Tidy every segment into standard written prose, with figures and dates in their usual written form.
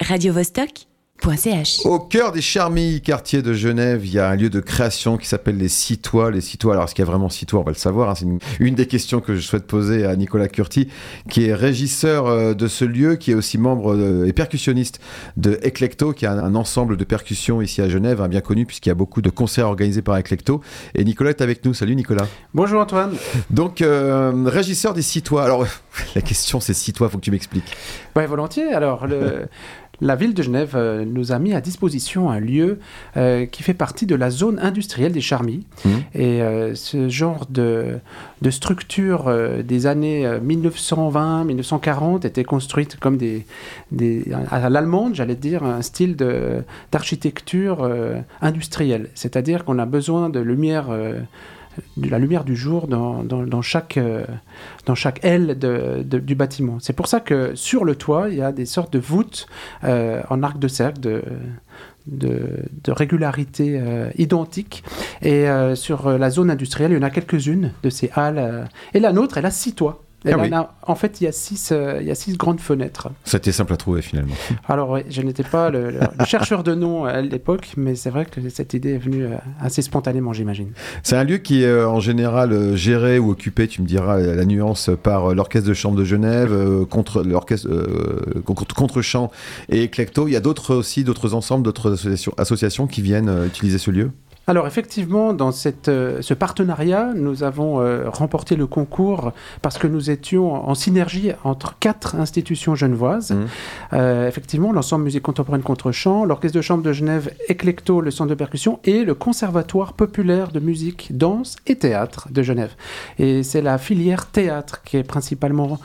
radiovostok.ch. Au cœur des charmilles quartiers de Genève, il y a un lieu de création qui s'appelle les Citois. Les Citois, alors est-ce qu'il y a vraiment Citois ? On va le savoir. C'est une des questions que je souhaite poser à Nicolas Curti, qui est régisseur de ce lieu, qui est aussi membre et percussionniste de Eclecto, qui est un ensemble de percussions ici à Genève, bien connu puisqu'il y a beaucoup de concerts organisés par Eclecto. Et Nicolas est avec nous. Salut Nicolas. Bonjour Antoine. Donc, régisseur des Citois. Alors, la question c'est Citois, il faut que tu m'expliques. Oui, volontiers. Alors, la ville de Genève nous a mis à disposition un lieu qui fait partie de la zone industrielle des Charmilles. Et ce genre de structure des années 1920-1940 était construite comme à l'allemande, j'allais dire, un style d'architecture industrielle. C'est-à-dire qu'on a besoin de la lumière du jour dans chaque aile du bâtiment. C'est pour ça que sur le toit, il y a des sortes de voûtes en arc de cercle de régularité identique. Et sur la zone industrielle, il y en a quelques-unes de ces halles. Et la nôtre, elle a 6 toits. En fait, il y a 6 grandes fenêtres. C'était simple à trouver finalement. Alors oui, je n'étais pas le chercheur de noms à l'époque, mais c'est vrai que cette idée est venue assez spontanément, j'imagine. C'est un lieu qui est en général géré ou occupé, tu me diras la nuance, par l'Orchestre de Chambre de Genève, contre l'Orchestre Contre-Champ et Eclecto. Il y a d'autres ensembles, d'autres associations qui viennent utiliser ce lieu ? Alors effectivement, dans ce partenariat, nous avons remporté le concours parce que nous étions en synergie entre 4 institutions genevoises. Effectivement, l'ensemble musique contemporaine contre-champ, l'Orchestre de Chambre de Genève, Eclecto, le centre de percussion, et le Conservatoire populaire de musique, danse et théâtre de Genève. Et c'est la filière théâtre qui est principalement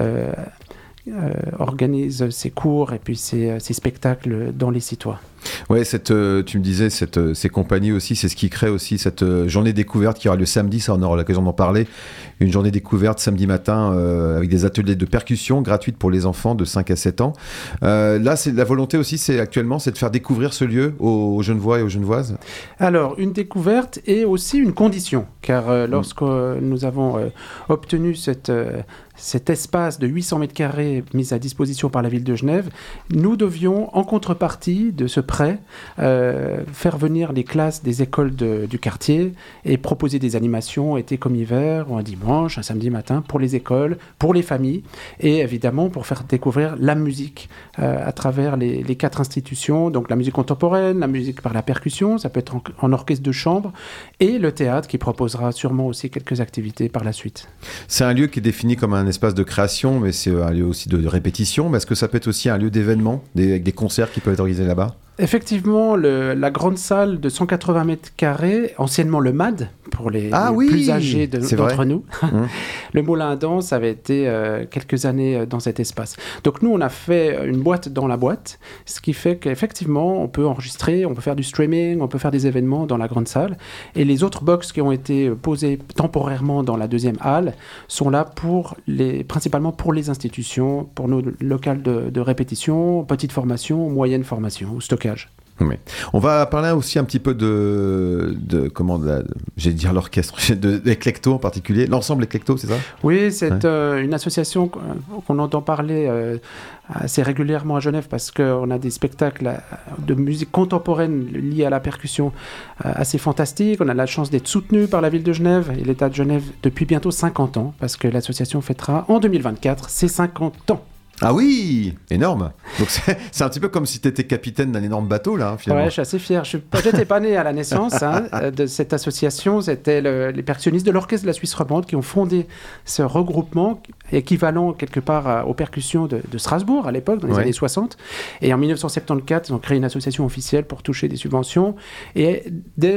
organise ses cours et puis ses spectacles dans les Citois. Ouais, tu me disais, ces compagnies aussi, c'est ce qui crée aussi cette journée découverte qui aura lieu samedi, ça on aura l'occasion d'en parler, une journée découverte samedi matin avec des ateliers de percussion gratuites pour les enfants de 5 à 7 ans. Là, c'est la volonté aussi, c'est de faire découvrir ce lieu aux Genevois et aux Genevoises. Alors, une découverte et aussi une condition, car lorsque nous avons obtenu cet espace de 800 mètres carrés mis à disposition par la ville de Genève, nous devions, en contrepartie de ce prêt, faire venir les classes des écoles du quartier et proposer des animations été comme hiver, ou un dimanche, un samedi matin, pour les écoles, pour les familles, et évidemment pour faire découvrir la musique à travers les 4 institutions, donc la musique contemporaine, la musique par la percussion, ça peut être en orchestre de chambre, et le théâtre qui proposera sûrement aussi quelques activités par la suite. C'est un lieu qui est défini comme un espace de création, mais c'est un lieu aussi de répétition. Mais est-ce que ça peut être aussi un lieu d'événement, avec des concerts qui peuvent être organisés là-bas ? Effectivement, la grande salle de 180 mètres carrés, anciennement le MAD, pour les plus âgés d'entre nous. Le moulin à danse avait été quelques années dans cet espace. Donc nous, on a fait une boîte dans la boîte, ce qui fait qu'effectivement, on peut enregistrer, on peut faire du streaming, on peut faire des événements dans la grande salle. Et les autres box qui ont été posées temporairement dans la deuxième halle sont là principalement pour les institutions, pour nos locales de répétition, petite formation, moyenne formation ou stockage. Oui. On va parler aussi un petit peu j'allais dire l'orchestre, d'Eclecto en particulier, l'ensemble Eclecto, c'est ça ? Oui, c'est une association qu'on entend parler assez régulièrement à Genève parce qu'on a des spectacles de musique contemporaine liés à la percussion assez fantastiques. On a la chance d'être soutenu par la ville de Genève et l'État de Genève depuis bientôt 50 ans parce que l'association fêtera en 2024 ses 50 ans. Ah oui, énorme. Donc c'est un petit peu comme si tu étais capitaine d'un énorme bateau là, finalement. Ouais, je suis assez fier. Je n'étais pas né à la naissance de cette association. C'était les percussionnistes de l'Orchestre de la Suisse romande qui ont fondé ce regroupement équivalent quelque part aux percussions de Strasbourg à l'époque, dans les années 60. Et en 1974, ils ont créé une association officielle pour toucher des subventions. Et dès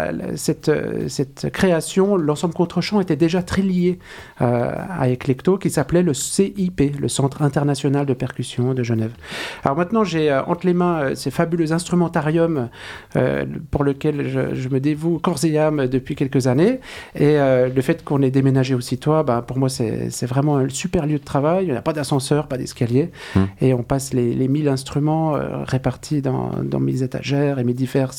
cette création, l'ensemble contre-champ était déjà très lié à Eclecto, qui s'appelait le CIP, le Centre international de percussion de Genève. Alors maintenant, j'ai entre les mains ces fabuleux instrumentariums pour lesquels je me dévoue corps et âme depuis quelques années. Et le fait qu'on ait déménagé au Citois, pour moi, c'est vraiment un super lieu de travail. Il n'y a pas d'ascenseur, pas d'escalier. Et on passe les 1000 instruments répartis dans mes étagères et mes divers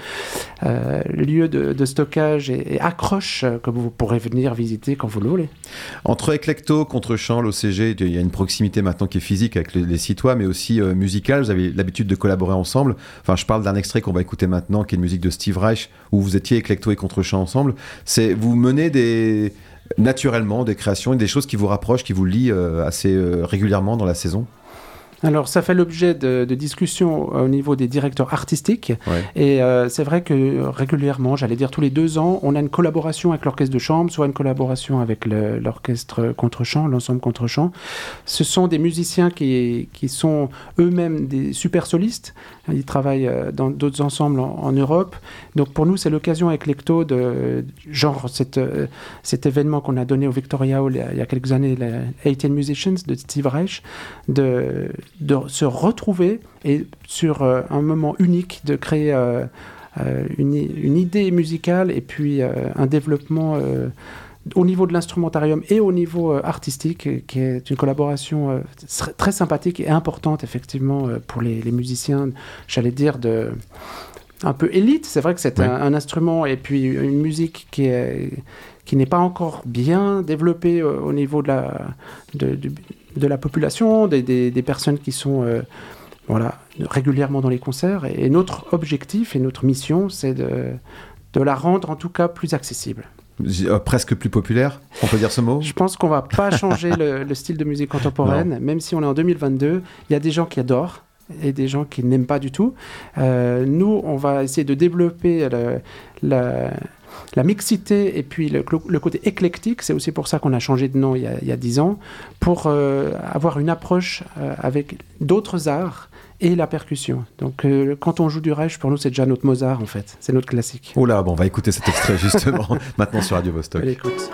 lieux de stockage et accroches que vous pourrez venir visiter quand vous le voulez. Entre Eclecto, Contre-champ, l'OCG, il y a une proximité maintenant qui est physique avec les Citois, mais aussi musicale. Vous avez l'habitude de collaborer ensemble. Enfin, je parle d'un extrait qu'on va écouter maintenant, qui est une musique de Steve Reich, où vous étiez Eclecto et Contre-champ ensemble. Vous menez naturellement des créations et des choses qui vous rapprochent, qui vous lient assez régulièrement dans la saison. Alors, ça fait l'objet de discussions au niveau des directeurs artistiques. Ouais. Et c'est vrai que régulièrement, j'allais dire tous les 2 ans, on a une collaboration avec l'orchestre de chambre, soit une collaboration avec l'orchestre contre-champ, l'ensemble contre-champ. Ce sont des musiciens qui sont eux-mêmes des super solistes. Ils travaillent dans d'autres ensembles en Europe. Donc, pour nous, c'est l'occasion avec l'Ecto de genre cet événement qu'on a donné au Victoria Hall il y a quelques années, les 18 Musicians de Steve Reich, de se retrouver et sur un moment unique de créer une idée musicale et puis un développement au niveau de l'instrumentarium et au niveau artistique, qui est une collaboration très sympathique et importante effectivement pour les musiciens, j'allais dire un peu élite. C'est vrai que c'est un instrument et puis une musique qui n'est pas encore bien développée au niveau de la population, des personnes qui sont régulièrement dans les concerts. Et notre objectif et notre mission, c'est de la rendre en tout cas plus accessible. Presque plus populaire, on peut dire ce mot ? Je pense qu'on ne va pas changer le style de musique contemporaine, même si on est en 2022. Il y a des gens qui adorent et des gens qui n'aiment pas du tout. Nous, on va essayer de développer la mixité et puis le côté éclectique. C'est aussi pour ça qu'on a changé de nom il y a 10 ans, pour avoir une approche avec d'autres arts et la percussion. Donc quand on joue du Reich, pour nous c'est déjà notre Mozart en fait, c'est notre classique. Oh là, bon, on va écouter cet extrait justement maintenant sur Radio Vostok. Allez, écoute.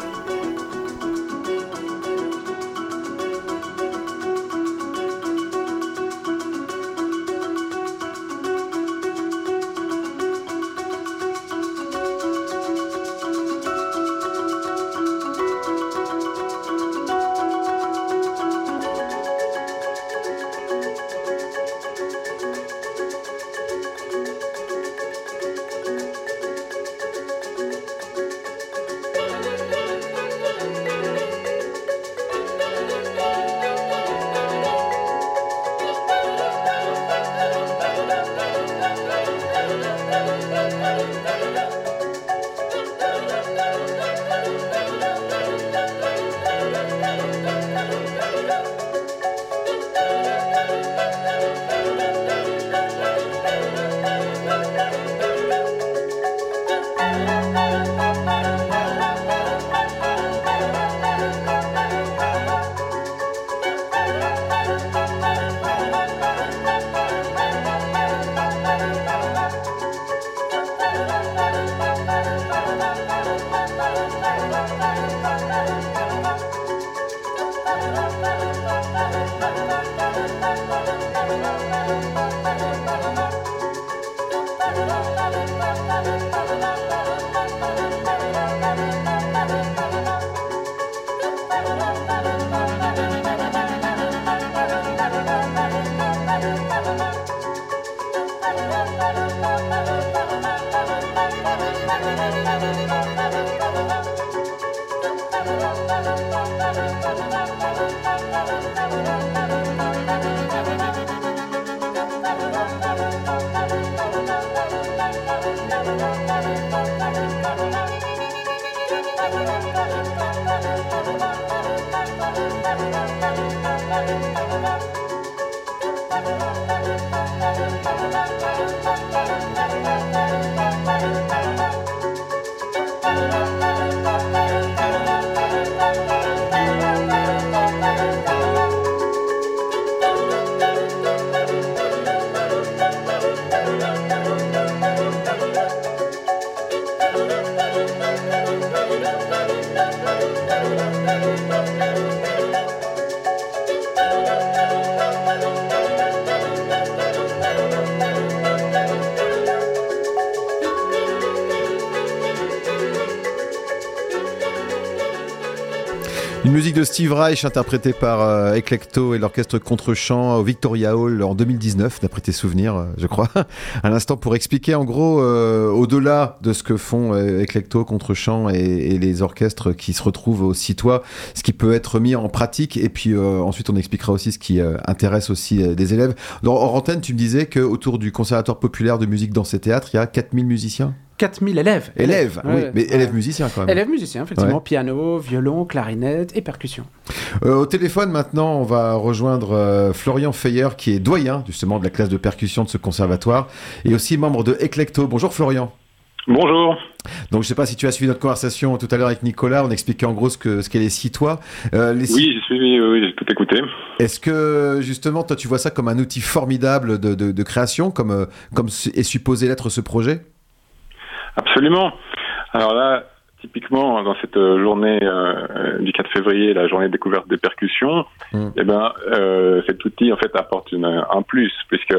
Une musique de Steve Reich interprétée par Eclecto et l'orchestre Contre-Champ au Victoria Hall en 2019, d'après tes souvenirs, je crois. À l'instant, pour expliquer en gros, au-delà de ce que font Eclecto, Contre-Champ et les orchestres qui se retrouvent au Citois, ce qui peut être mis en pratique. Et puis ensuite, on expliquera aussi ce qui intéresse aussi des élèves. Hors antenne, tu me disais qu'autour du Conservatoire populaire de musique, danse et théâtre, il y a 4000 musiciens. 4000 élèves. Élèves, oui, mais élèves musiciens quand même. Élèves musiciens, effectivement. Ouais. Piano, violon, clarinette et percussion. Au téléphone, maintenant, on va rejoindre Florian Feyer, qui est doyen, justement, de la classe de percussion de ce conservatoire, et aussi membre de Eclecto. Bonjour Florian. Bonjour. Donc, je ne sais pas si tu as suivi notre conversation tout à l'heure avec Nicolas, on expliquait en gros ce qu'est les Citois. Oui, j'ai suivi, oui, j'ai tout écouté. Est-ce que, justement, toi, tu vois ça comme un outil formidable de création, comme est supposé l'être ce projet ? Absolument. Alors là, typiquement, dans cette journée du 4 février, la journée de découverte des percussions, eh ben, cet outil, en fait, apporte un plus, puisque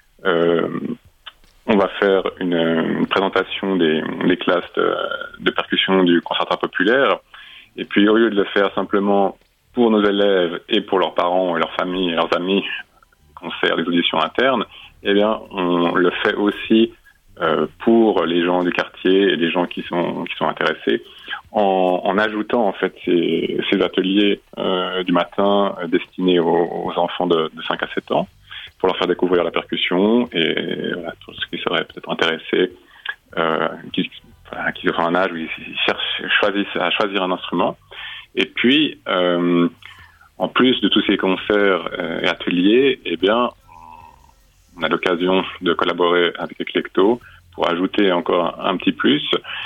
on va faire une présentation des classes de percussion du Conservatoire populaire, et puis au lieu de le faire simplement pour nos élèves et pour leurs parents et leurs familles et leurs amis, concert, des auditions internes, eh bien, on le fait aussi pour les gens du quartier et les gens qui sont intéressés, en ajoutant en fait ces ateliers du matin destinés aux enfants de 5 à 7 ans, pour leur faire découvrir la percussion et voilà, tout ce qui serait peut-être intéressé, qui ont un âge où ils choisissent à choisir un instrument. Et puis, en plus de tous ces concerts et ateliers, eh bien, on a l'occasion de collaborer avec Eclecto pour ajouter encore un petit plus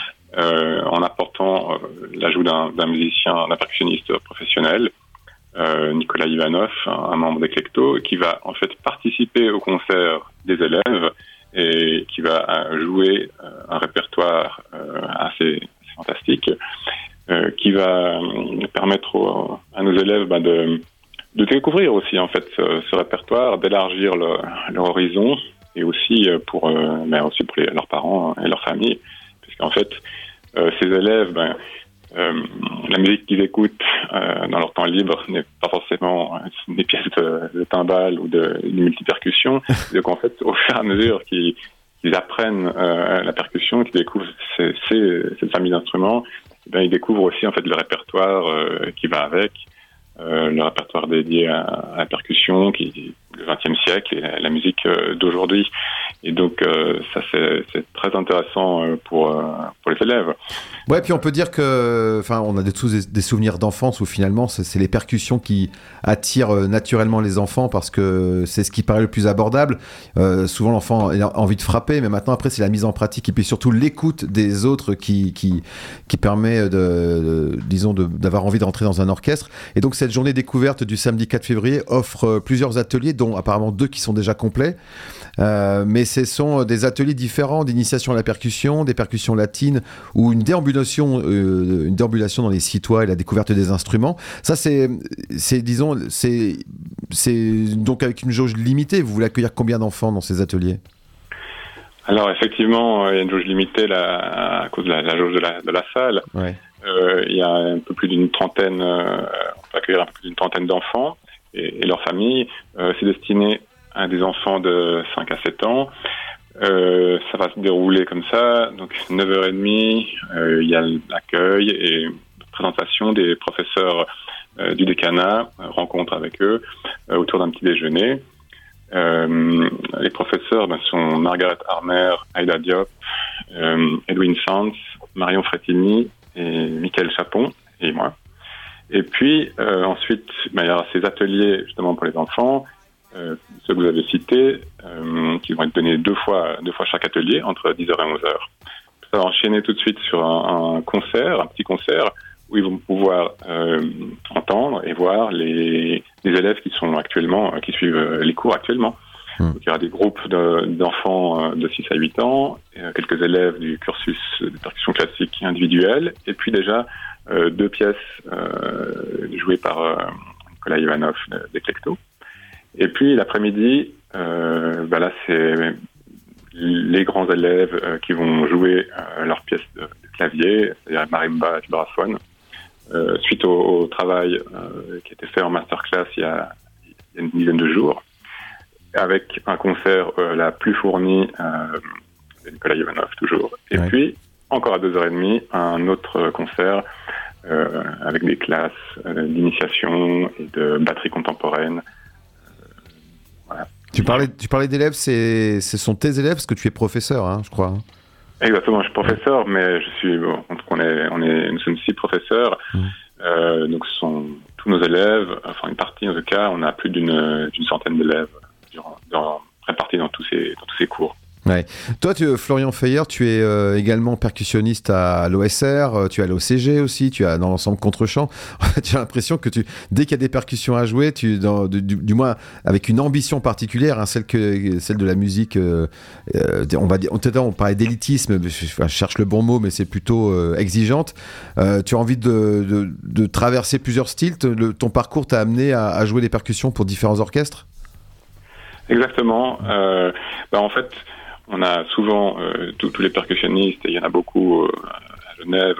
en apportant l'ajout d'un musicien, d'un percussionniste professionnel, Nicolas Ivanov, un membre d'Eclecto, qui va en fait participer au concert des élèves et qui va jouer un répertoire assez fantastique qui va permettre à nos élèves de découvrir aussi en fait ce répertoire, d'élargir leur horizon et aussi pour leurs parents et leurs familles, puisqu'en fait ces élèves, la musique qu'ils écoutent dans leur temps libre n'est pas forcément des pièces de timbales ou de multipercussion. Donc en fait, au fur et à mesure qu'ils apprennent la percussion, qu'ils découvrent cette famille d'instruments, ils découvrent aussi en fait le répertoire qui va avec. Le répertoire dédié à la percussion, qui est le XXe siècle, et la musique d'aujourd'hui. Et donc, ça, c'est très intéressant pour les élèves. Ouais, puis on peut dire que, on a tous des souvenirs d'enfance où finalement, c'est les percussions qui attirent naturellement les enfants parce que c'est ce qui paraît le plus abordable. Souvent, l'enfant a envie de frapper, mais maintenant, après, c'est la mise en pratique et puis surtout l'écoute des autres qui permet d'avoir envie de rentrer dans un orchestre. Et donc, cette journée découverte du samedi 4 février offre plusieurs ateliers, dont apparemment 2 qui sont déjà complets. Mais ce sont des ateliers différents d'initiation à la percussion, des percussions latines ou une déambulation dans les Citois et la découverte des instruments. Ça, c'est donc avec une jauge limitée. Vous voulez accueillir combien d'enfants dans ces ateliers ? Alors effectivement, il y a une jauge limitée à cause de la jauge de la salle. Ouais. Il y a un peu plus d'une trentaine, on peut accueillir un peu plus d'une trentaine d'enfants et leurs familles. C'est destiné à des enfants de 5 à 7 ans. Ça va se dérouler comme ça. Donc 9h30, il y a l'accueil et présentation des professeurs du décanat, rencontre avec eux autour d'un petit déjeuner. Les professeurs sont Margaret Harmer, Aïda Diop, Edwin Sands, Marion Frettini et Michael Chapon et moi. Et puis ensuite, il y aura ces ateliers justement pour les enfants, ceux que vous avez cités, qui vont être donnés deux fois chaque atelier, entre 10h et 11h. Ça va enchaîner tout de suite sur un petit concert, où ils vont pouvoir entendre et voir les élèves qui suivent les cours actuellement. Donc, il y aura des groupes d'enfants de 6 à 8 ans, quelques élèves du cursus de percussion classique individuelle, et puis déjà 2 pièces jouées par Nicolas Ivanov d'Eclecto. Et puis l'après-midi, là c'est les grands élèves qui vont jouer leurs pièces de clavier, c'est-à-dire marimba et vibraphone, suite au travail qui a été fait en masterclass il y a une dizaine de jours, avec un concert la plus fournie de Nicolas Ivanov toujours. Et puis, encore à 2h30, un autre concert avec des classes d'initiation et de batterie contemporaine. Voilà. Tu parlais d'élèves, ce sont tes élèves, parce que tu es professeur, hein, je crois. Exactement, je suis professeur, mais nous sommes 6 professeurs. Donc ce sont tous nos élèves, enfin une partie en tout cas, on a plus d'une centaine d'élèves répartis dans tous ces cours. Ouais. Toi, Florian Feyer, tu es également percussionniste à l'OSR, tu es à l'OCG aussi, tu es dans l'ensemble Contre-Champ. J'ai l'impression que dès qu'il y a des percussions à jouer, du moins avec une ambition particulière, hein, celle de la musique, on va dire, on parlait d'élitisme, je cherche le bon mot, mais c'est plutôt exigeante. Tu as envie de traverser plusieurs styles. Ton parcours t'a amené à jouer des percussions pour différents orchestres ? Exactement. En fait, on a souvent, tous les percussionnistes, et il y en a beaucoup à Genève,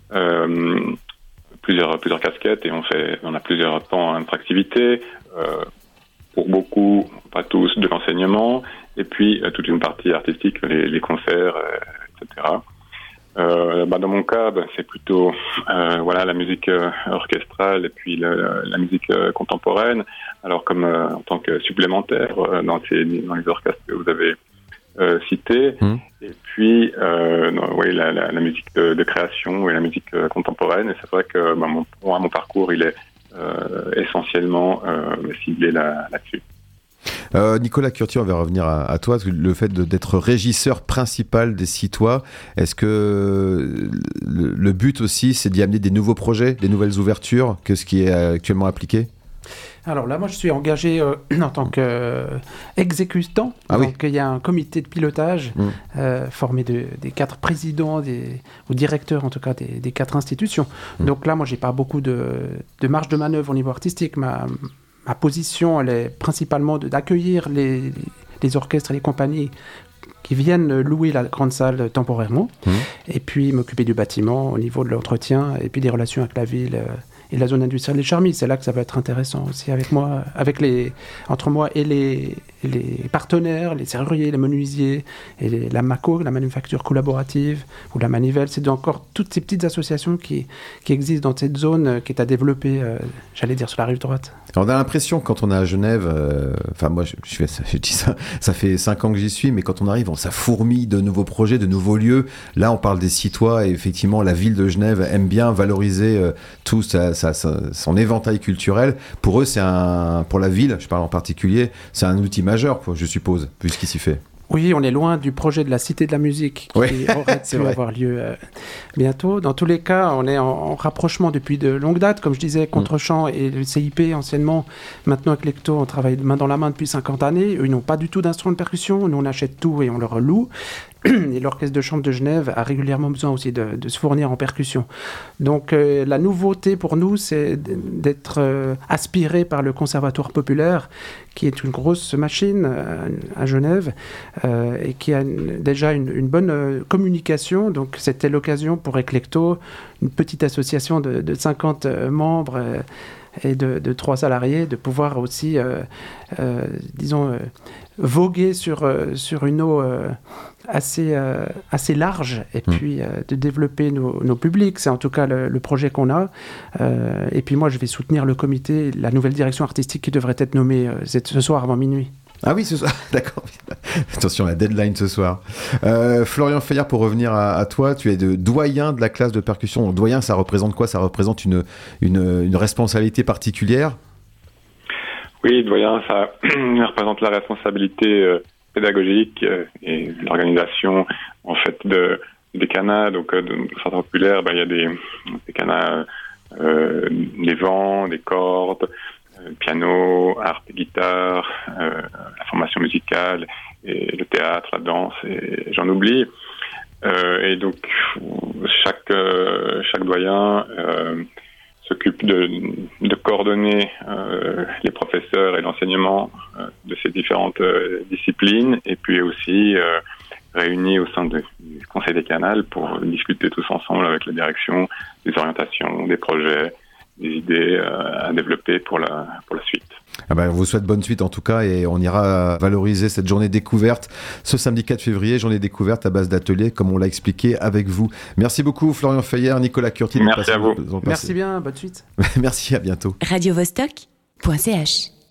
plusieurs casquettes, et on a plusieurs pans à notre activité. Pour beaucoup, pas tous, de l'enseignement, et puis toute une partie artistique, les concerts, etc. Dans mon cas, c'est plutôt la musique orchestrale et puis la musique contemporaine. Alors comme en tant que supplémentaire dans les orchestres que vous avez cités, et puis la musique de création et la musique contemporaine. Et c'est vrai que mon parcours il est essentiellement ciblé là-dessus. Nicolas Curti, on va revenir à toi. Le fait d'être régisseur principal des Citois, est-ce que le but aussi, c'est d'y amener des nouveaux projets, des nouvelles ouvertures que ce qui est actuellement appliqué ? Alors là, moi, je suis engagé en tant qu'exécutant. Donc, il y a un comité de pilotage formé des 4 présidents ou directeurs, en tout cas, des 4 institutions. Donc là, moi, j'ai pas beaucoup de marge de manœuvre au niveau artistique. Ma position, elle est principalement d'accueillir les orchestres et les compagnies qui viennent louer la grande salle temporairement, et puis m'occuper du bâtiment au niveau de l'entretien, et puis des relations avec la ville et la zone industrielle des Charmilles. C'est là que ça va être intéressant aussi entre moi et les partenaires, les serruriers, les menuisiers, et la MACO, la manufacture collaborative, ou la Manivelle. C'est encore toutes ces petites associations qui existent dans cette zone qui est à développer, j'allais dire, sur la rive droite. Alors, on a l'impression, quand on est à Genève, moi je dis ça fait 5 ans que j'y suis, mais quand on arrive, ça fourmille de nouveaux projets, de nouveaux lieux. Là, on parle des Citois, et effectivement, la ville de Genève aime bien valoriser tout son éventail culturel. Pour eux, pour la ville, je parle en particulier, c'est un outil majeur, je suppose, vu ce qui s'y fait. Oui, on est loin du projet de la Cité de la musique qui aurait pu avoir lieu bientôt. Dans tous les cas, on est en rapprochement depuis de longue date. Comme je disais, Contre-Champ et le CIP anciennement. Maintenant, avec l'Ecto, on travaille main dans la main depuis 50 années. Eux, ils n'ont pas du tout d'instruments de percussion. Nous, on achète tout et on leur loue. Et l'Orchestre de chambre de Genève a régulièrement besoin aussi de se fournir en percussion. Donc la nouveauté pour nous, c'est d'être aspiré par le Conservatoire populaire, qui est une grosse machine à Genève et qui a déjà une bonne communication. Donc c'était l'occasion pour Eclecto, une petite association de 50 membres et de 3 salariés, de pouvoir aussi, voguer sur une eau assez large, et puis de développer nos publics. C'est en tout cas le projet qu'on a. Et puis moi, je vais soutenir le comité, la nouvelle direction artistique qui devrait être nommée ce soir avant minuit. Ah oui, ce soir, d'accord. Attention, la deadline ce soir. Florian Feyer, pour revenir à toi, tu es doyen de la classe de percussion. Doyen, ça représente quoi ? Ça représente une responsabilité particulière ? Oui, doyen, ça représente la responsabilité pédagogique et l'organisation en fait des canas. Donc de certains populaires, il y a des canas, des vents, des cordes, piano, harpe, guitare, la formation musicale et le théâtre, la danse, et j'en oublie. Et donc chaque doyen s'occupe de coordonner les professeurs et l'enseignement de ces différentes disciplines, et puis aussi réunis au sein du Conseil des Canals pour discuter tous ensemble avec la direction des orientations, des projets, des idées à développer pour la suite. Ah ben, on vous souhaite bonne suite en tout cas et on ira valoriser cette journée découverte ce samedi 4 février, journée découverte à base d'ateliers comme on l'a expliqué avec vous. Merci beaucoup Florian Feyer, Nicolas Curti. Merci à vous. Merci bien, bonne suite. Merci, à bientôt. radiovostok.ch